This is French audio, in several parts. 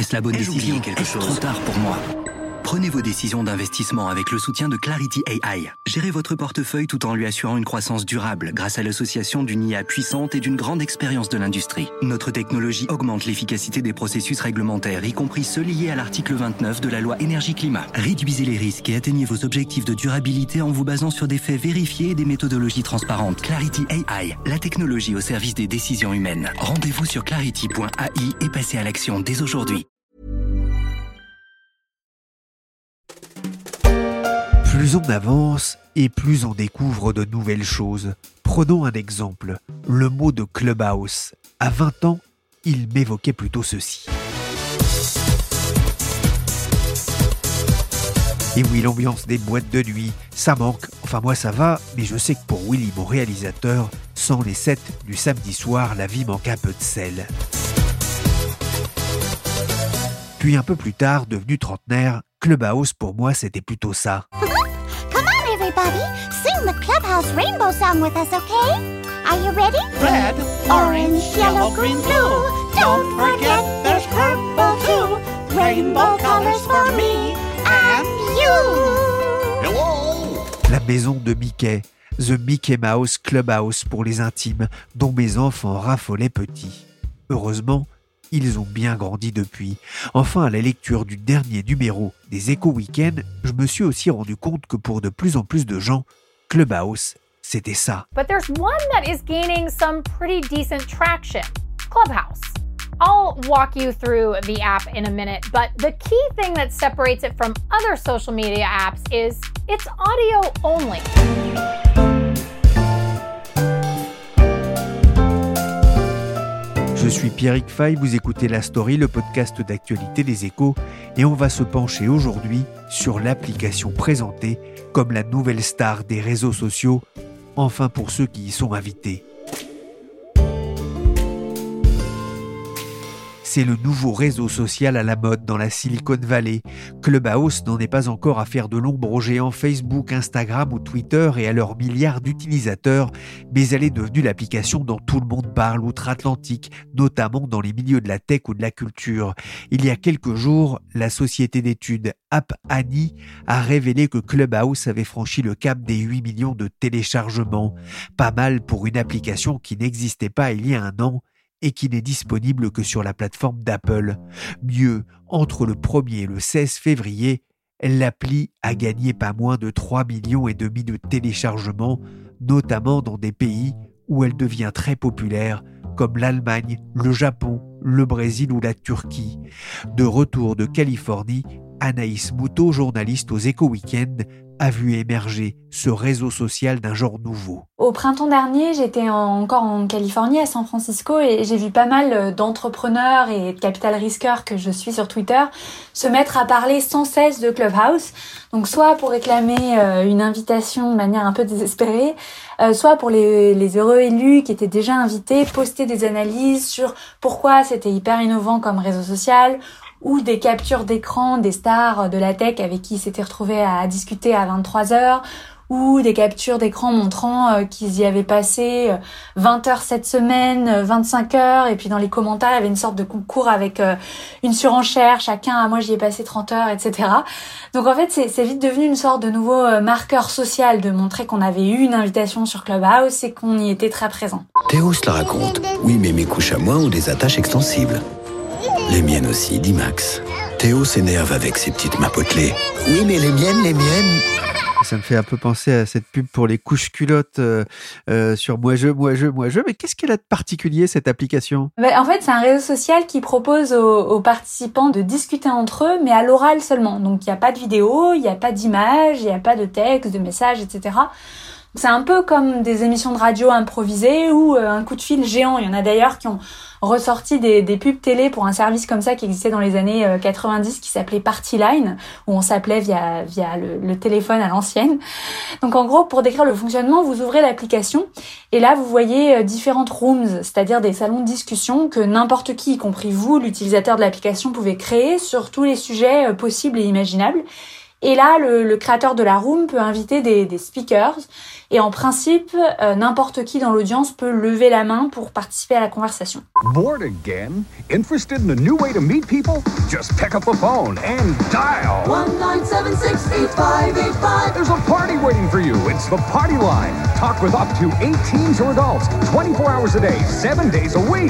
Est-ce la bonne décision? Est-ce trop tard pour moi? Prenez vos décisions d'investissement avec le soutien de Clarity AI. Gérez votre portefeuille tout en lui assurant une croissance durable grâce à l'association d'une IA puissante et d'une grande expérience de l'industrie. Notre technologie augmente l'efficacité des processus réglementaires, y compris ceux liés à l'article 29 de la loi Énergie-Climat. Réduisez les risques et atteignez vos objectifs de durabilité en vous basant sur des faits vérifiés et des méthodologies transparentes. Clarity AI, la technologie au service des décisions humaines. Rendez-vous sur clarity.ai et passez à l'action dès aujourd'hui. Plus on avance et plus on découvre de nouvelles choses. Prenons un exemple, le mot de Clubhouse. À 20 ans, il m'évoquait plutôt ceci. Et oui, l'ambiance des boîtes de nuit, ça manque. Enfin moi ça va, mais je sais que pour Willy, mon réalisateur, sans les 7 du samedi soir, la vie manque un peu de sel. Puis un peu plus tard, devenu trentenaire, Clubhouse pour moi c'était plutôt ça. Come on everybody, sing the Clubhouse Rainbow song with us, okay? Are you ready? Red, orange, yellow, green, blue. Don't forget there's purple too. Rainbow colors for me and you. Hello! La maison de Mickey, The Mickey Mouse Clubhouse pour les intimes, dont mes enfants raffolaient petits. Heureusement, ils ont bien grandi depuis. Enfin, à la lecture du dernier numéro des Échos Week-end, je me suis aussi rendu compte que pour de plus en plus de gens, Clubhouse, c'était ça. But there's one that is gaining some pretty decent traction. Clubhouse. I'll walk you through the app in a minute, but the key thing that separates it from other social media apps is it's audio only. Je suis Pierrick Fay, vous écoutez La Story, le podcast d'actualité des Échos, et on va se pencher aujourd'hui sur l'application présentée comme la nouvelle star des réseaux sociaux, enfin pour ceux qui y sont invités. C'est le nouveau réseau social à la mode dans la Silicon Valley. Clubhouse n'en est pas encore à faire de l'ombre aux géants Facebook, Instagram ou Twitter et à leurs milliards d'utilisateurs, mais elle est devenue l'application dont tout le monde parle outre-Atlantique, notamment dans les milieux de la tech ou de la culture. Il y a quelques jours, la société d'études App Annie a révélé que Clubhouse avait franchi le cap des 8 millions de téléchargements. Pas mal pour une application qui n'existait pas il y a un an, et qui n'est disponible que sur la plateforme d'Apple. Mieux, entre le 1er et le 16 février, l'appli a gagné pas moins de 3,5 millions de téléchargements, notamment dans des pays où elle devient très populaire, comme l'Allemagne, le Japon, le Brésil ou la Turquie. De retour de Californie, Anaïs Moutot, journaliste aux Échos Week-end, a vu émerger ce réseau social d'un genre nouveau. Au printemps dernier, j'étais encore en Californie, à San Francisco, et j'ai vu pas mal d'entrepreneurs et de capital risqueurs que je suis sur Twitter se mettre à parler sans cesse de Clubhouse. Donc soit pour réclamer une invitation de manière un peu désespérée, soit pour les heureux élus qui étaient déjà invités, poster des analyses sur pourquoi c'était hyper innovant comme réseau social, ou des captures d'écran des stars de la tech avec qui ils s'étaient retrouvés à discuter à 23h, ou des captures d'écran montrant qu'ils y avaient passé 20 heures cette semaine, 25 heures, et puis dans les commentaires, il y avait une sorte de concours avec une surenchère, chacun, moi j'y ai passé 30 heures, etc. Donc en fait, c'est vite devenu une sorte de nouveau marqueur social de montrer qu'on avait eu une invitation sur Clubhouse et qu'on y était très présent. Théo se la raconte. Oui, mais mes couches à moi ont des attaches extensibles. Les miennes aussi, dit Max. Théo s'énerve avec ses petites mains potelées. Oui, mais les miennes. Ça me fait un peu penser à cette pub pour les couches culottes sur moi je. Mais qu'est-ce qu'elle a de particulier, cette application ? En fait, c'est un réseau social qui propose aux participants de discuter entre eux, mais à l'oral seulement. Donc, il n'y a pas de vidéo, il n'y a pas d'image, il n'y a pas de texte, de message, etc. C'est un peu comme des émissions de radio improvisées ou un coup de fil géant. Il y en a d'ailleurs qui ont ressorti des pubs télé pour un service comme ça qui existait dans les années 90 qui s'appelait Party Line, où on s'appelait via le téléphone à l'ancienne. Donc en gros, pour décrire le fonctionnement, vous ouvrez l'application et là vous voyez différentes rooms, c'est-à-dire des salons de discussion que n'importe qui, y compris vous, l'utilisateur de l'application, pouvait créer sur tous les sujets possibles et imaginables. Et là, le créateur de la room peut inviter des speakers. Et en principe, n'importe qui dans l'audience peut lever la main pour participer à la conversation. Bored again? Interested in a new way to meet people? Just pick up the phone and dial 1-976-8585. There's a party waiting for you. It's the Party Line. Talk with up to 8 teens or adults, 24 hours a day, 7 days a week.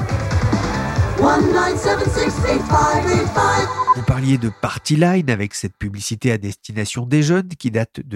1-976-8585. Vous parliez de Party Line avec cette publicité à destination des jeunes qui date de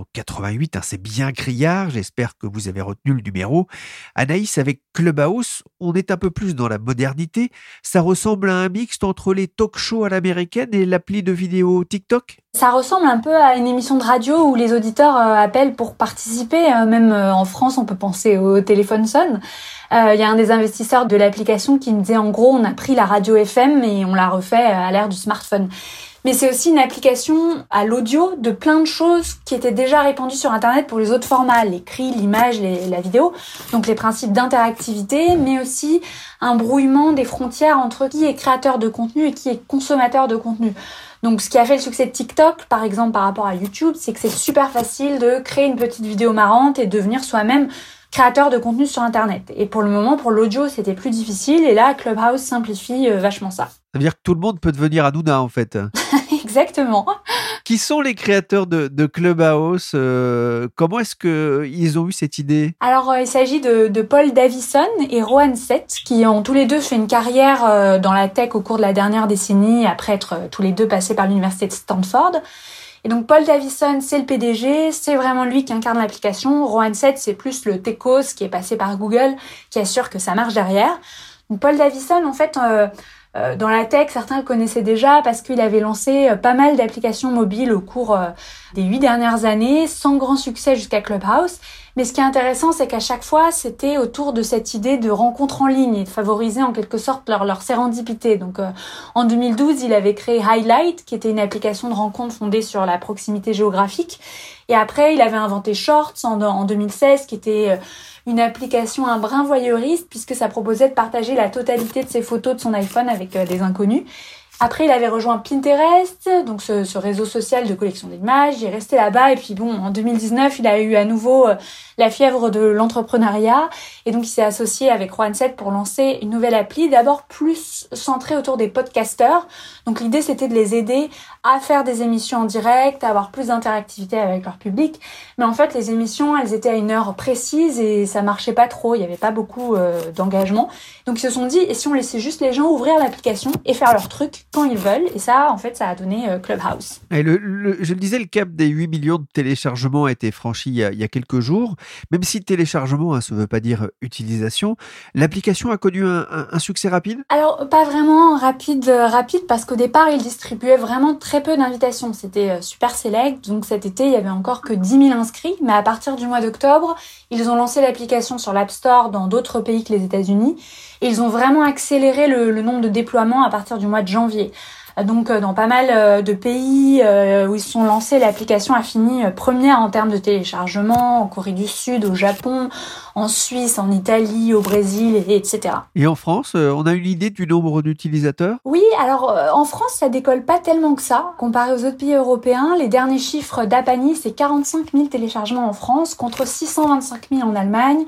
1988. C'est bien criard, j'espère que vous avez retenu le numéro. Anaïs, avec Clubhouse, on est un peu plus dans la modernité. Ça ressemble à un mixte entre les talk-shows à l'américaine et l'appli de vidéo TikTok ? Ça ressemble un peu à une émission de radio où les auditeurs appellent pour participer. Même en France, on peut penser au téléphone sonne. Il y a un des investisseurs de l'application qui me disait en gros, on a pris la radio FM et on l'a refait à l'ère du smartphone. Mais c'est aussi une application à l'audio de plein de choses qui étaient déjà répandues sur Internet pour les autres formats, l'écrit, l'image, la vidéo. Donc les principes d'interactivité, mais aussi un brouillement des frontières entre qui est créateur de contenu et qui est consommateur de contenu. Donc ce qui a fait le succès de TikTok, par exemple, par rapport à YouTube, c'est que c'est super facile de créer une petite vidéo marrante et devenir soi-même créateur de contenu sur Internet. Et pour le moment, pour l'audio, c'était plus difficile. Et là, Clubhouse simplifie vachement ça. Ça veut dire que tout le monde peut devenir Hanouna, en fait. Exactement. Qui sont les créateurs de Clubhouse ? Comment est-ce qu'ils ont eu cette idée ? Alors, il s'agit de Paul Davison et Rohan Seth, qui ont tous les deux fait une carrière dans la tech au cours de la dernière décennie, après être tous les deux passés par l'université de Stanford. Et donc Paul Davison, c'est le PDG, c'est vraiment lui qui incarne l'application. Rohan Seth, c'est plus le techos qui est passé par Google, qui assure que ça marche derrière. Donc Paul Davison, en fait, dans la tech, certains le connaissaient déjà parce qu'il avait lancé pas mal d'applications mobiles au cours des 8 dernières années, sans grand succès jusqu'à Clubhouse. Mais ce qui est intéressant, c'est qu'à chaque fois, c'était autour de cette idée de rencontre en ligne et de favoriser en quelque sorte leur sérendipité. Donc en 2012, il avait créé Highlight, qui était une application de rencontre fondée sur la proximité géographique. Et après, il avait inventé Shorts en 2016, qui était une application un brin voyeuriste, puisque ça proposait de partager la totalité de ses photos de son iPhone avec des inconnus. Après, il avait rejoint Pinterest, donc ce réseau social de collection d'images. Il est resté là-bas et puis bon, en 2019, il a eu à nouveau la fièvre de l'entrepreneuriat et donc il s'est associé avec Rohan Seth pour lancer une nouvelle appli, d'abord plus centrée autour des podcasteurs. Donc l'idée, c'était de les aider à faire des émissions en direct, à avoir plus d'interactivité avec leur public. Mais en fait, les émissions, elles étaient à une heure précise et ça marchait pas trop. Il y avait pas beaucoup d'engagement. Donc ils se sont dit, et si on laissait juste les gens ouvrir l'application et faire leur truc quand ils veulent, et ça, en fait, ça a donné Clubhouse. Et je le disais, le cap des 8 millions de téléchargements a été franchi il y a quelques jours. Même si téléchargement, ça ne veut pas dire utilisation, l'application a connu un succès rapide ? Alors, pas vraiment rapide, parce qu'au départ, ils distribuaient vraiment très peu d'invitations. C'était super select, donc cet été, il y avait encore que 10 000 inscrits, mais à partir du mois d'octobre, ils ont lancé l'application sur l'App Store dans d'autres pays que les États-Unis, et ils ont vraiment accéléré le nombre de déploiements à partir du mois de janvier. Donc dans pas mal de pays où ils se sont lancés, l'application a fini première en termes de téléchargement, en Corée du Sud, au Japon, en Suisse, en Italie, au Brésil, etc. Et en France, on a une idée du nombre d'utilisateurs ? Oui, alors en France, ça décolle pas tellement que ça. Comparé aux autres pays européens, les derniers chiffres d'Apani, c'est 45 000 téléchargements en France, contre 625 000 en Allemagne,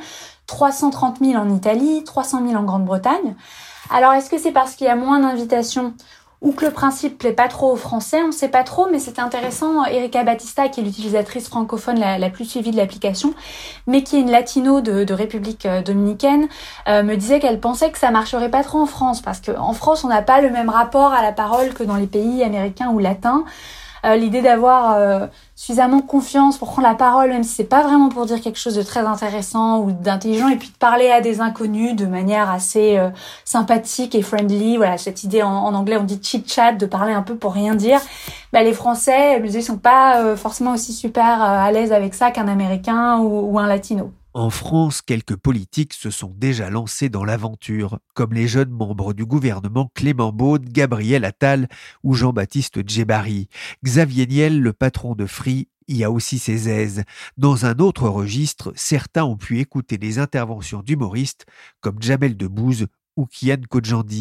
330 000 en Italie, 300 000 en Grande-Bretagne. Alors est-ce que c'est parce qu'il y a moins d'invitations ou que le principe plaît pas trop aux Français, on ne sait pas trop, mais c'est intéressant. Erika Battista, qui est l'utilisatrice francophone la plus suivie de l'application, mais qui est une latino de République dominicaine, me disait qu'elle pensait que ça marcherait pas trop en France, parce qu'en France, on n'a pas le même rapport à la parole que dans les pays américains ou latins. L'idée d'avoir suffisamment confiance pour prendre la parole, même si c'est pas vraiment pour dire quelque chose de très intéressant ou d'intelligent, et puis de parler à des inconnus de manière assez sympathique et friendly. Voilà, cette idée en anglais on dit chit-chat, de parler un peu pour rien dire. Les Français, ils sont pas forcément aussi super à l'aise avec ça qu'un Américain ou un Latino. En France, quelques politiques se sont déjà lancés dans l'aventure, comme les jeunes membres du gouvernement Clément Beaune, Gabriel Attal ou Jean-Baptiste Djebari. Xavier Niel, le patron de Free, y a aussi ses aises. Dans un autre registre, certains ont pu écouter des interventions d'humoristes comme Jamel Debbouze ou Kian Kojandi.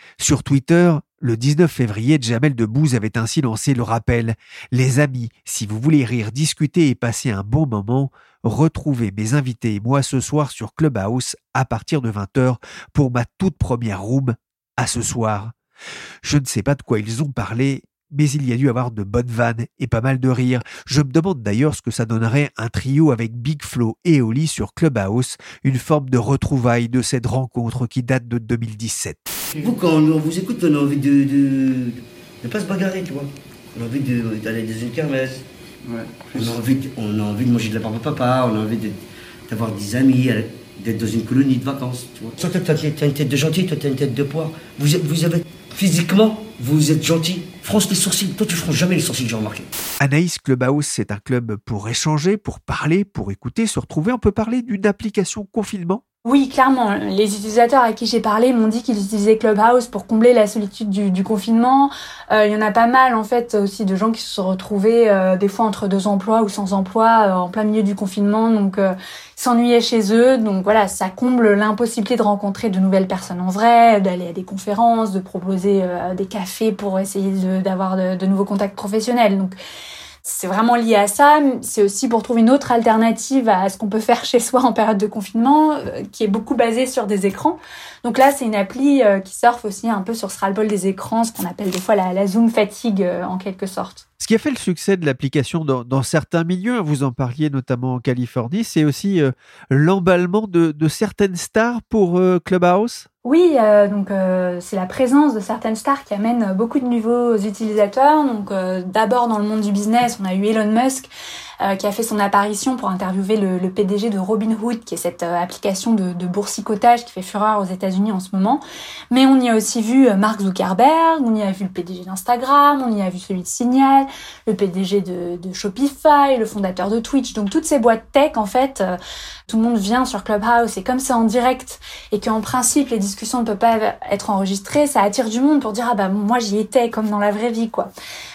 Sur Twitter, le 19 février, Jamel Debbouze avait ainsi lancé le rappel. Les amis, si vous voulez rire, discuter et passer un bon moment, retrouvez mes invités et moi ce soir sur Clubhouse à partir de 20h pour ma toute première room. À ce soir. Je ne sais pas de quoi ils ont parlé, mais il y a dû avoir de bonnes vannes et pas mal de rires. Je me demande d'ailleurs ce que ça donnerait un trio avec Big Flo et Oli sur Clubhouse, une forme de retrouvaille de cette rencontre qui date de 2017. Vous, quand on vous écoute, on a envie de pas se bagarrer, tu vois. On a envie d'aller dans une kermesse. Ouais. On a envie de manger de la barbe à papa, on a envie d'avoir des amis, d'être dans une colonie de vacances, tu vois. Toi, t'as une tête de gentil, toi, t'as une tête de poire. Vous avez physiquement, vous êtes gentil. Fronce les sourcils. Toi, tu fronces jamais les sourcils, j'ai remarqué. Anaïs, Clubhouse, c'est un club pour échanger, pour parler, pour écouter, se retrouver. On peut parler d'une application confinement ? Oui, clairement. Les utilisateurs à qui j'ai parlé m'ont dit qu'ils utilisaient Clubhouse pour combler la solitude du confinement. Il y en a pas mal, en fait, aussi de gens qui se sont retrouvés des fois entre 2 emplois ou sans emploi en plein milieu du confinement. Donc, ils s'ennuyaient chez eux. Donc, voilà, ça comble l'impossibilité de rencontrer de nouvelles personnes en vrai, d'aller à des conférences, de proposer des cafés pour essayer d'avoir de nouveaux contacts professionnels. Donc, c'est vraiment lié à ça. C'est aussi pour trouver une autre alternative à ce qu'on peut faire chez soi en période de confinement, qui est beaucoup basée sur des écrans. Donc là, c'est une appli qui surfe aussi un peu sur ce ras-le-bol des écrans, ce qu'on appelle des fois la Zoom fatigue en quelque sorte. Ce qui a fait le succès de l'application dans certains milieux, vous en parliez notamment en Californie, c'est aussi l'emballement de certaines stars pour Clubhouse. Oui, donc c'est la présence de certaines stars qui amène beaucoup de nouveaux utilisateurs. Donc d'abord dans le monde du business, on a eu Elon Musk qui a fait son apparition pour interviewer le PDG de Robinhood, qui est cette application de boursicotage qui fait fureur aux États-Unis en ce moment. Mais on y a aussi vu Mark Zuckerberg, on y a vu le PDG d'Instagram, on y a vu celui de Signal, le PDG de Shopify, le fondateur de Twitch. Donc toutes ces boîtes tech, en fait, tout le monde vient sur Clubhouse et comme c'est en direct et qu'en principe les discussions ne peuvent pas être enregistrées, ça attire du monde pour dire ah bah moi j'y étais comme dans la vraie vie quoi.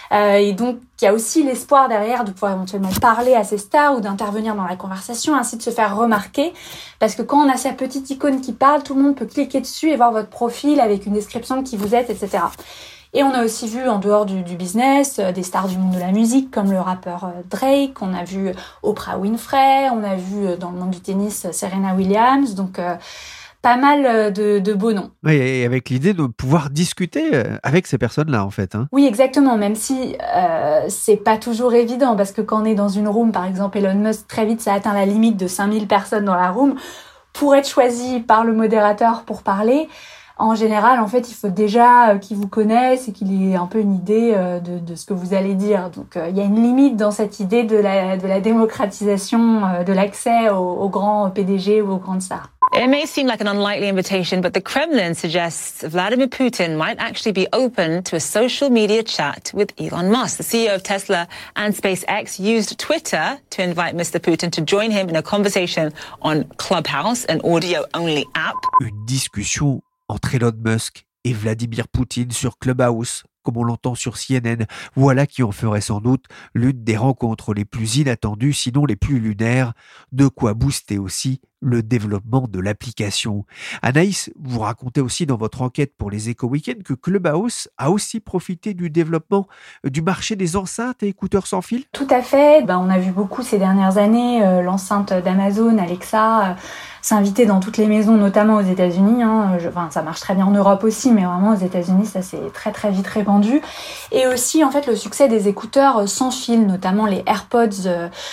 Et donc il y a aussi l'espoir derrière de pouvoir éventuellement parler à ces stars ou d'intervenir dans la conversation, ainsi de se faire remarquer, parce que quand on a sa petite icône qui parle, tout le monde peut cliquer dessus et voir votre profil avec une description de qui vous êtes, etc. Et on a aussi vu en dehors du business des stars du monde de la musique comme le rappeur Drake, on a vu Oprah Winfrey, on a vu dans le monde du tennis Serena Williams, donc pas mal de beaux noms. Oui, et avec l'idée de pouvoir discuter avec ces personnes-là, en fait. Hein. Oui, exactement, même si c'est pas toujours évident, parce que quand on est dans une room, par exemple Elon Musk, très vite ça atteint la limite de 5000 personnes dans la room. Pour être choisi par le modérateur pour parler, en général, en fait, il faut déjà qu'ils vous connaissent et qu'il ait un peu une idée de ce que vous allez dire. Donc, il y a une limite dans cette idée de la démocratisation de l'accès aux grands PDG ou aux grandes stars. It may seem like an unlikely invitation, but the Kremlin suggests Vladimir Putin might actually be open to a social media chat with Elon Musk. The CEO of Tesla and SpaceX used Twitter to invite Mr. Putin to join him in a conversation on Clubhouse, an audio-only app. Une discussion entre Elon Musk et Vladimir Poutine sur Clubhouse, comme on l'entend sur CNN. Voilà qui en ferait sans doute l'une des rencontres les plus inattendues, sinon les plus lunaires, de quoi booster aussi le développement de l'application. Anaïs, vous racontez aussi dans votre enquête pour les Éco Weekend que Clubhouse a aussi profité du développement du marché des enceintes et écouteurs sans fil. Tout à fait. On a vu beaucoup ces dernières années l'enceinte d'Amazon, Alexa, s'inviter dans toutes les maisons, notamment aux États-Unis. Ça marche très bien en Europe aussi, mais vraiment aux États-Unis, ça s'est très très vite répandu. Et aussi, en fait, le succès des écouteurs sans fil, notamment les AirPods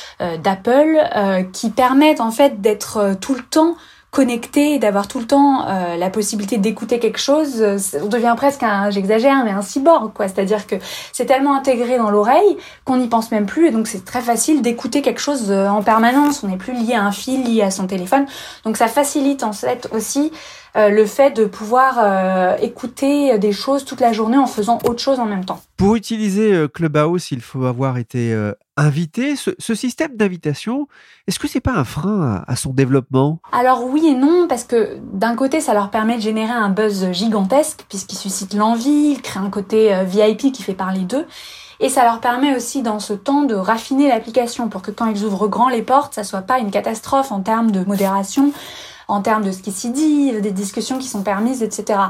d'Apple, qui permettent en fait d'être tout le temps connecté et d'avoir tout le temps la possibilité d'écouter quelque chose. On devient presque j'exagère, mais un cyborg, quoi. C'est-à-dire que c'est tellement intégré dans l'oreille qu'on n'y pense même plus, et donc c'est très facile d'écouter quelque chose en permanence. On n'est plus lié à un fil, lié à son téléphone. Donc ça facilite en fait aussi le fait de pouvoir écouter des choses toute la journée en faisant autre chose en même temps. Pour utiliser Clubhouse, il faut avoir été invité. Ce système d'invitation, est-ce que c'est pas un frein à son développement ? Alors oui et non, parce que d'un côté, ça leur permet de générer un buzz gigantesque, puisqu'ils suscitent l'envie, ils créent un côté VIP qui fait parler d'eux. Et ça leur permet aussi, dans ce temps, de raffiner l'application pour que quand ils ouvrent grand les portes, ça soit pas une catastrophe en termes de modération, en termes de ce qui s'y dit, des discussions qui sont permises, etc.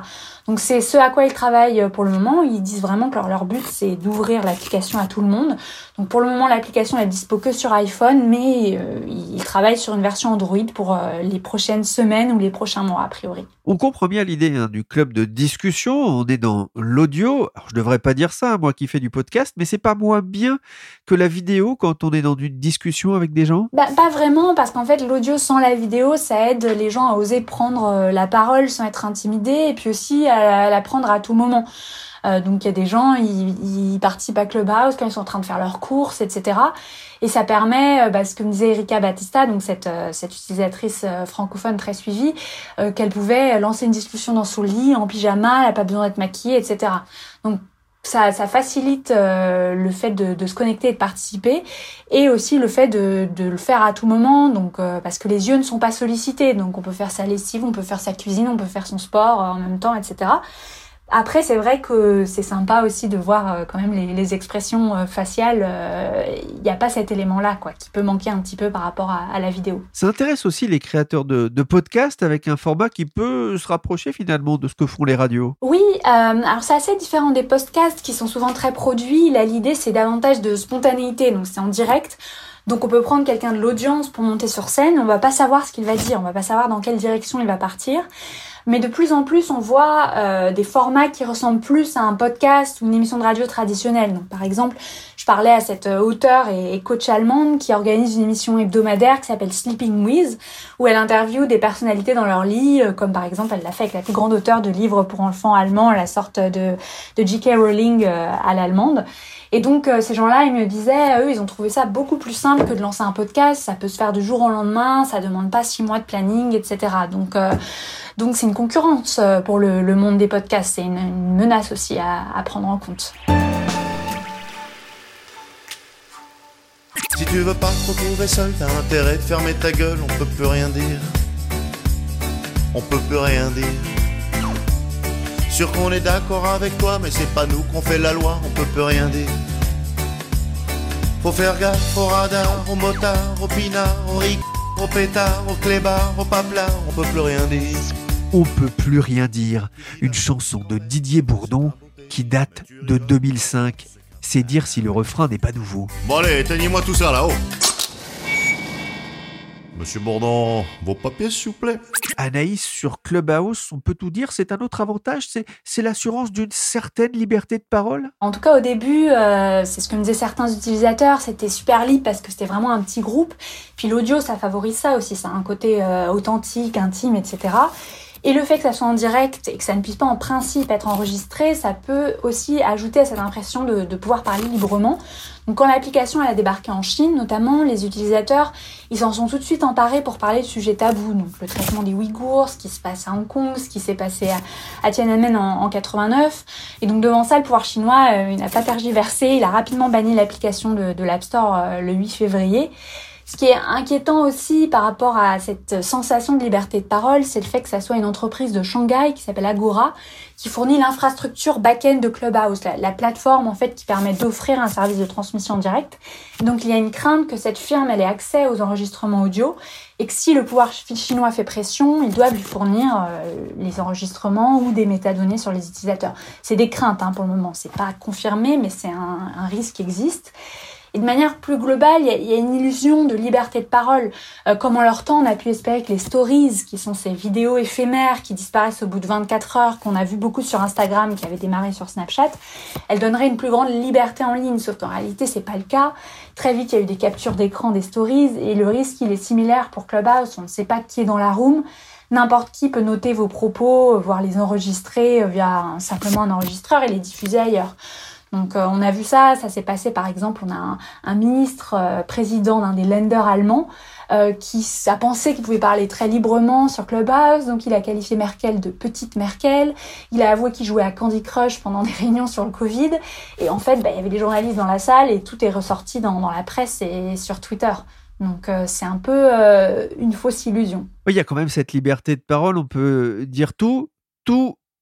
Donc c'est ce à quoi ils travaillent pour le moment. Ils disent vraiment que leur but, c'est d'ouvrir l'application à tout le monde. Donc pour le moment, l'application est dispo que sur iPhone, mais ils travaillent sur une version Android pour les prochaines semaines ou les prochains mois, a priori. On comprend bien l'idée du club de discussion. On est dans l'audio. Alors, je devrais pas dire ça, moi qui fais du podcast, mais c'est pas moins bien que la vidéo quand on est dans une discussion avec des gens? Pas vraiment, parce qu'en fait, l'audio sans la vidéo, ça aide les gens à oser prendre la parole sans être intimidés, et puis aussi à la prendre à tout moment. Donc il y a des gens, ils participent à Clubhouse quand ils sont en train de faire leurs courses, etc. Et ça permet, ce que me disait Erika Battista, donc cette utilisatrice francophone très suivie, qu'elle pouvait lancer une discussion dans son lit, en pyjama, elle n'a pas besoin d'être maquillée, etc. Donc ça facilite le fait de se connecter et de participer, et aussi le fait de le faire à tout moment, donc parce que les yeux ne sont pas sollicités, donc on peut faire sa lessive, on peut faire sa cuisine, on peut faire son sport en même temps, etc. Après, c'est vrai que c'est sympa aussi de voir quand même les expressions faciales. Il n'y a pas cet élément-là, quoi, qui peut manquer un petit peu par rapport à la vidéo. Ça intéresse aussi les créateurs de podcasts avec un format qui peut se rapprocher finalement de ce que font les radios. Oui, alors c'est assez différent des podcasts qui sont souvent très produits. Là, l'idée, c'est davantage de spontanéité, donc c'est en direct. Donc on peut prendre quelqu'un de l'audience pour monter sur scène, on va pas savoir ce qu'il va dire, on va pas savoir dans quelle direction il va partir. Mais de plus en plus, on voit des formats qui ressemblent plus à un podcast ou une émission de radio traditionnelle. Donc, par exemple, je parlais à cette auteure et coach allemande qui organise une émission hebdomadaire qui s'appelle Sleeping With, où elle interviewe des personnalités dans leur lit, comme par exemple, elle l'a fait avec la plus grande auteure de livres pour enfants allemands, la sorte de J.K. Rowling à l'allemande. Et donc, ces gens-là, ils me disaient, eux, ils ont trouvé ça beaucoup plus simple que de lancer un podcast. Ça peut se faire du jour au lendemain, ça demande pas 6 mois de planning, etc. Donc c'est une concurrence pour le monde des podcasts. C'est une menace aussi à prendre en compte. Si tu veux pas te retrouver seul, t'as intérêt de fermer ta gueule. On peut plus rien dire. On peut plus rien dire. Sûr qu'on est d'accord avec toi, mais c'est pas nous qu'on fait la loi, on peut plus rien dire. Faut faire gaffe au radar, au motard, au pinard, au ric, au pétard, au clébard, au paplard, on peut plus rien dire. On peut plus rien dire. Une chanson de Didier Bourdon qui date de 2005. C'est dire si le refrain n'est pas nouveau. Bon allez, éteignez-moi tout ça là-haut. Monsieur Bourdon, vos papiers s'il vous plaît. Anaïs, sur Clubhouse, on peut tout dire, c'est un autre avantage, c'est l'assurance d'une certaine liberté de parole? En tout cas, au début, c'est ce que me disaient certains utilisateurs, c'était super libre parce que c'était vraiment un petit groupe. Puis l'audio, ça favorise ça aussi, ça a un côté authentique, intime, etc. Et le fait que ça soit en direct et que ça ne puisse pas en principe être enregistré, ça peut aussi ajouter à cette impression de pouvoir parler librement. Donc quand l'application elle a débarqué en Chine, notamment, les utilisateurs, ils s'en sont tout de suite emparés pour parler de sujets tabous. Donc le traitement des Ouïghours, ce qui se passe à Hong Kong, ce qui s'est passé à Tiananmen en 89. Et donc devant ça, le pouvoir chinois, il n'a pas tergiversé, il a rapidement banni l'application de l'App Store le 8 février. Ce qui est inquiétant aussi par rapport à cette sensation de liberté de parole, c'est le fait que ça soit une entreprise de Shanghai qui s'appelle Agora, qui fournit l'infrastructure back-end de Clubhouse, la plateforme en fait qui permet d'offrir un service de transmission directe. Donc il y a une crainte que cette firme elle ait accès aux enregistrements audio et que si le pouvoir chinois fait pression, ils doivent lui fournir les enregistrements ou des métadonnées sur les utilisateurs. C'est des craintes pour le moment, c'est pas confirmé, mais c'est un risque qui existe. Et de manière plus globale, il y a une illusion de liberté de parole. Comme en leur temps, on a pu espérer que les stories, qui sont ces vidéos éphémères qui disparaissent au bout de 24 heures, qu'on a vu beaucoup sur Instagram, qui avaient démarré sur Snapchat, elles donneraient une plus grande liberté en ligne. Sauf qu'en réalité, c'est pas le cas. Très vite, il y a eu des captures d'écran des stories et le risque, il est similaire pour Clubhouse. On ne sait pas qui est dans la room. N'importe qui peut noter vos propos, voire les enregistrer via simplement un enregistreur et les diffuser ailleurs. Donc on a vu ça s'est passé par exemple, on a un ministre président d'un des Länder allemands qui a pensé qu'il pouvait parler très librement sur Clubhouse, donc il a qualifié Merkel de petite Merkel, il a avoué qu'il jouait à Candy Crush pendant des réunions sur le Covid, et en fait il y avait des journalistes dans la salle et tout est ressorti dans la presse et sur Twitter. Donc c'est un peu une fausse illusion. Oui, il y a quand même cette liberté de parole, on peut dire tout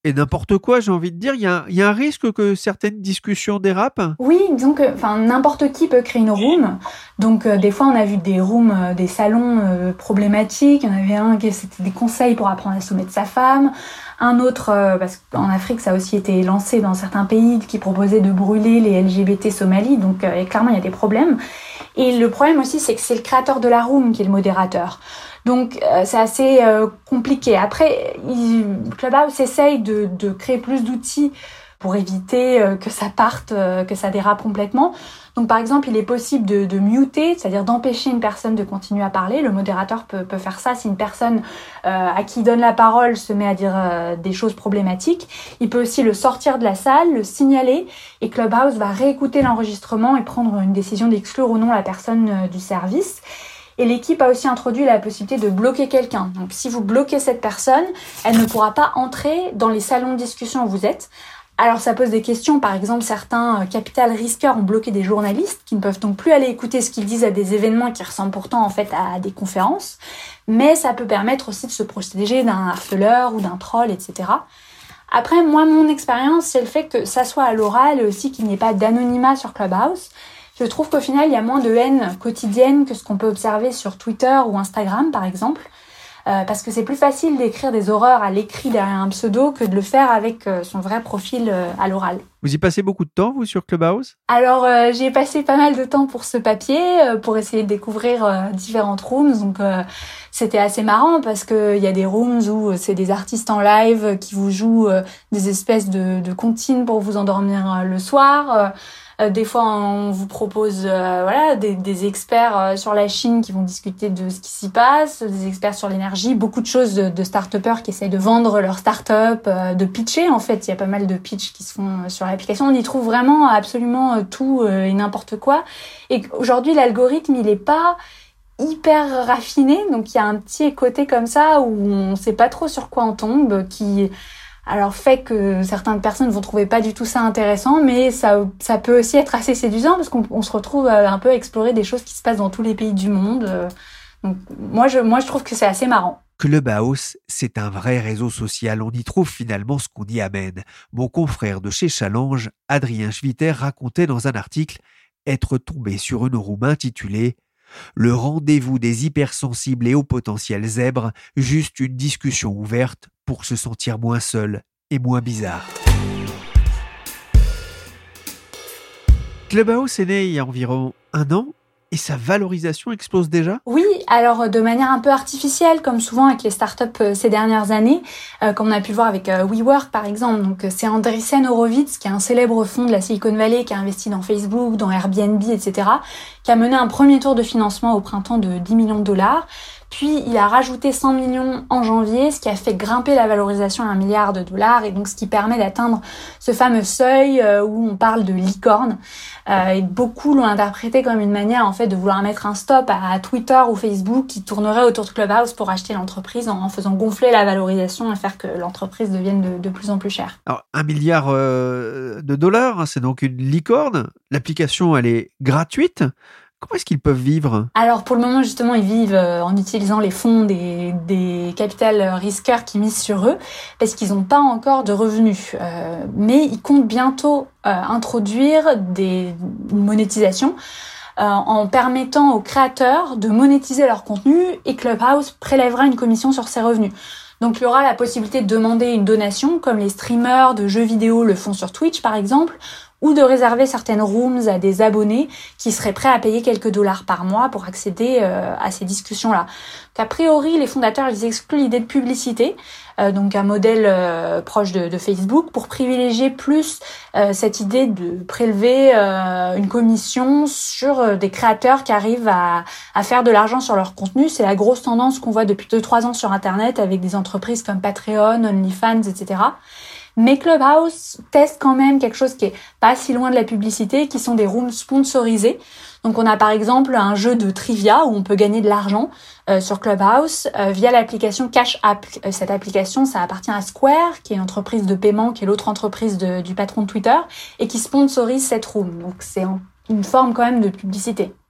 et n'importe quoi, j'ai envie de dire. Il y a un risque que certaines discussions dérapent? Oui, disons que n'importe qui peut créer une room. Donc des fois, on a vu des rooms, des salons problématiques. Il y en avait un qui c'était des conseils pour apprendre à soumettre sa femme. Un autre, parce qu'en Afrique, ça a aussi été lancé dans certains pays qui proposaient de brûler les LGBT somalis. Donc clairement, il y a des problèmes. Et le problème aussi, c'est que c'est le créateur de la room qui est le modérateur. Donc c'est assez compliqué. Après, Clubhouse essaye de créer plus d'outils pour éviter que ça parte, que ça dérape complètement. Donc par exemple, il est possible de muter, c'est-à-dire d'empêcher une personne de continuer à parler. Le modérateur peut faire ça si une personne à qui il donne la parole se met à dire des choses problématiques. Il peut aussi le sortir de la salle, le signaler, et Clubhouse va réécouter l'enregistrement et prendre une décision d'exclure ou non la personne du service. Et l'équipe a aussi introduit la possibilité de bloquer quelqu'un. Donc si vous bloquez cette personne, elle ne pourra pas entrer dans les salons de discussion où vous êtes. Alors ça pose des questions, par exemple certains capital risqueurs ont bloqué des journalistes qui ne peuvent donc plus aller écouter ce qu'ils disent à des événements qui ressemblent pourtant en fait à des conférences, mais ça peut permettre aussi de se protéger d'un harceleur ou d'un troll, etc. Après, moi, mon expérience, c'est le fait que ça soit à l'oral et aussi qu'il n'y ait pas d'anonymat sur Clubhouse. Je trouve qu'au final, il y a moins de haine quotidienne que ce qu'on peut observer sur Twitter ou Instagram, par exemple. Parce que c'est plus facile d'écrire des horreurs à l'écrit derrière un pseudo que de le faire avec son vrai profil à l'oral. Vous y passez beaucoup de temps, vous, sur Clubhouse? Alors, j'y ai passé pas mal de temps pour ce papier, pour essayer de découvrir différentes rooms. Donc, c'était assez marrant parce qu'il y a des rooms où c'est des artistes en live qui vous jouent des espèces de comptines pour vous endormir le soir. Des fois, on vous propose des experts sur la Chine qui vont discuter de ce qui s'y passe, des experts sur l'énergie, beaucoup de choses de start-upers qui essayent de vendre leur start-up, de pitcher. En fait, il y a pas mal de pitch qui se font sur l'application. On y trouve vraiment absolument tout et n'importe quoi. Et aujourd'hui, l'algorithme, il est pas hyper raffiné. Donc, il y a un petit côté comme ça où on sait pas trop sur quoi on tombe, qui... Alors fait que certaines personnes vont trouver pas du tout ça intéressant, mais ça peut aussi être assez séduisant parce qu'on se retrouve un peu à explorer des choses qui se passent dans tous les pays du monde. Donc moi je trouve que c'est assez marrant. Clubhouse, c'est un vrai réseau social. On y trouve finalement ce qu'on y amène. Mon confrère de chez Challenge, Adrien Schwitter, racontait dans un article être tombé sur une room intitulée « Le rendez-vous des hypersensibles et au potentiel zèbre, juste une discussion ouverte pour se sentir moins seul et moins bizarre. » Clubhouse est né il y a environ 1 an et sa valorisation explose déjà? Oui, alors de manière un peu artificielle, comme souvent avec les startups ces dernières années, comme on a pu le voir avec WeWork par exemple. Donc c'est Andreessen Horowitz, qui est un célèbre fonds de la Silicon Valley, qui a investi dans Facebook, dans Airbnb, etc., qui a mené un premier tour de financement au printemps de 10 millions de dollars. Puis, il a rajouté 100 millions en janvier, ce qui a fait grimper la valorisation à $1 milliard, et donc ce qui permet d'atteindre ce fameux seuil où on parle de licorne. Et beaucoup l'ont interprété comme une manière, en fait, de vouloir mettre un stop à Twitter ou Facebook qui tournerait autour de Clubhouse pour acheter l'entreprise en faisant gonfler la valorisation et faire que l'entreprise devienne de plus en plus chère. Alors, $1 milliard, c'est donc une licorne. L'application, elle est gratuite. Comment est-ce qu'ils peuvent vivre? Alors pour le moment justement ils vivent en utilisant les fonds des capital risqueurs qui misent sur eux parce qu'ils n'ont pas encore de revenus. Mais ils comptent bientôt introduire une monétisation en permettant aux créateurs de monétiser leur contenu et Clubhouse prélèvera une commission sur ces revenus. Donc il y aura la possibilité de demander une donation comme les streamers de jeux vidéo le font sur Twitch par exemple, ou de réserver certaines rooms à des abonnés qui seraient prêts à payer quelques dollars par mois pour accéder à ces discussions-là. Donc, a priori, les fondateurs, ils excluent l'idée de publicité, donc un modèle proche de Facebook, pour privilégier plus cette idée de prélever une commission sur des créateurs qui arrivent à faire de l'argent sur leur contenu. C'est la grosse tendance qu'on voit depuis 2-3 ans sur Internet avec des entreprises comme Patreon, OnlyFans, etc. Mais Clubhouse teste quand même quelque chose qui est pas si loin de la publicité, qui sont des rooms sponsorisés. Donc on a par exemple un jeu de trivia où on peut gagner de l'argent sur Clubhouse via l'application Cash App. Cette application, ça appartient à Square, qui est une entreprise de paiement, qui est l'autre entreprise du patron de Twitter, et qui sponsorise cette room. Donc c'est une forme quand même de publicité.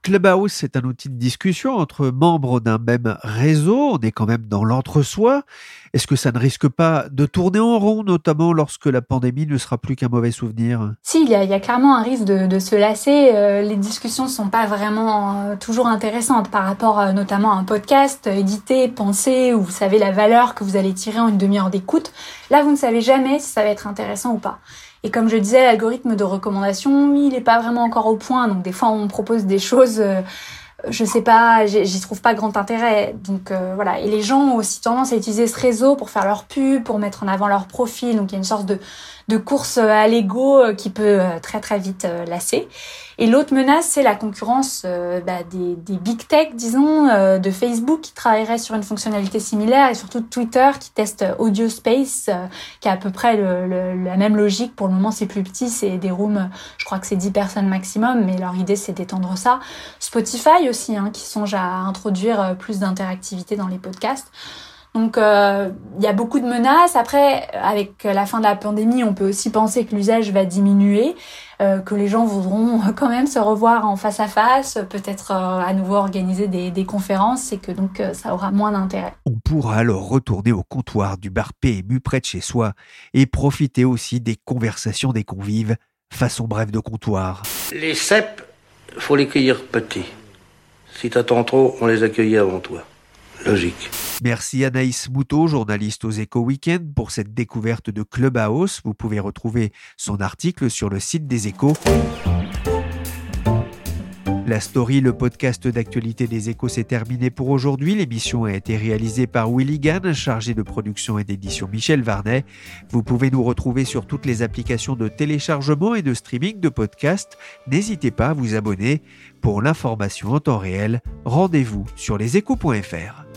Clubhouse, c'est un outil de discussion entre membres d'un même réseau. On est quand même dans l'entre-soi. Est-ce que ça ne risque pas de tourner en rond, notamment lorsque la pandémie ne sera plus qu'un mauvais souvenir ? Si, il y a clairement un risque de se lasser. Les discussions ne sont pas vraiment toujours intéressantes par rapport notamment à un podcast édité, pensé, où vous savez la valeur que vous allez tirer en une demi-heure d'écoute. Là, vous ne savez jamais si ça va être intéressant ou pas. Et comme je disais, l'algorithme de recommandation, il n'est pas vraiment encore au point. Donc des fois, on me propose des choses, je sais pas, j'y trouve pas grand intérêt. Donc voilà. Et les gens ont aussi tendance à utiliser ce réseau pour faire leur pub, pour mettre en avant leur profil. Donc il y a une sorte de course à l'ego qui peut très très vite lasser. Et l'autre menace, c'est la concurrence des big tech, disons, de Facebook qui travaillerait sur une fonctionnalité similaire, et surtout de Twitter qui teste Audio Space, qui a à peu près la même logique. Pour le moment, c'est plus petit, c'est des rooms, je crois que c'est 10 personnes maximum, mais leur idée, c'est d'étendre ça. Spotify aussi, qui songe à introduire plus d'interactivité dans les podcasts. Donc, il y a beaucoup de menaces. Après, avec la fin de la pandémie, on peut aussi penser que l'usage va diminuer, que les gens voudront quand même se revoir en face à face, peut-être à nouveau organiser des conférences, et que donc ça aura moins d'intérêt. On pourra alors retourner au comptoir du bar PMU près de chez soi et profiter aussi des conversations des convives, façon bref de comptoir. Les cèpes, faut les cueillir petits. Si t'attends trop, on les accueille avant toi. Logique. Merci Anaïs Moutot, journaliste aux Échos Week-end, pour cette découverte de Clubhouse. Vous pouvez retrouver son article sur le site des Échos. La Story, le podcast d'actualité des Échos, s'est terminé pour aujourd'hui. L'émission a été réalisée par Willy Gann, chargé de production et d'édition Michel Varnet. Vous pouvez nous retrouver sur toutes les applications de téléchargement et de streaming de podcasts. N'hésitez pas à vous abonner. Pour l'information en temps réel, rendez-vous sur leséchos.fr.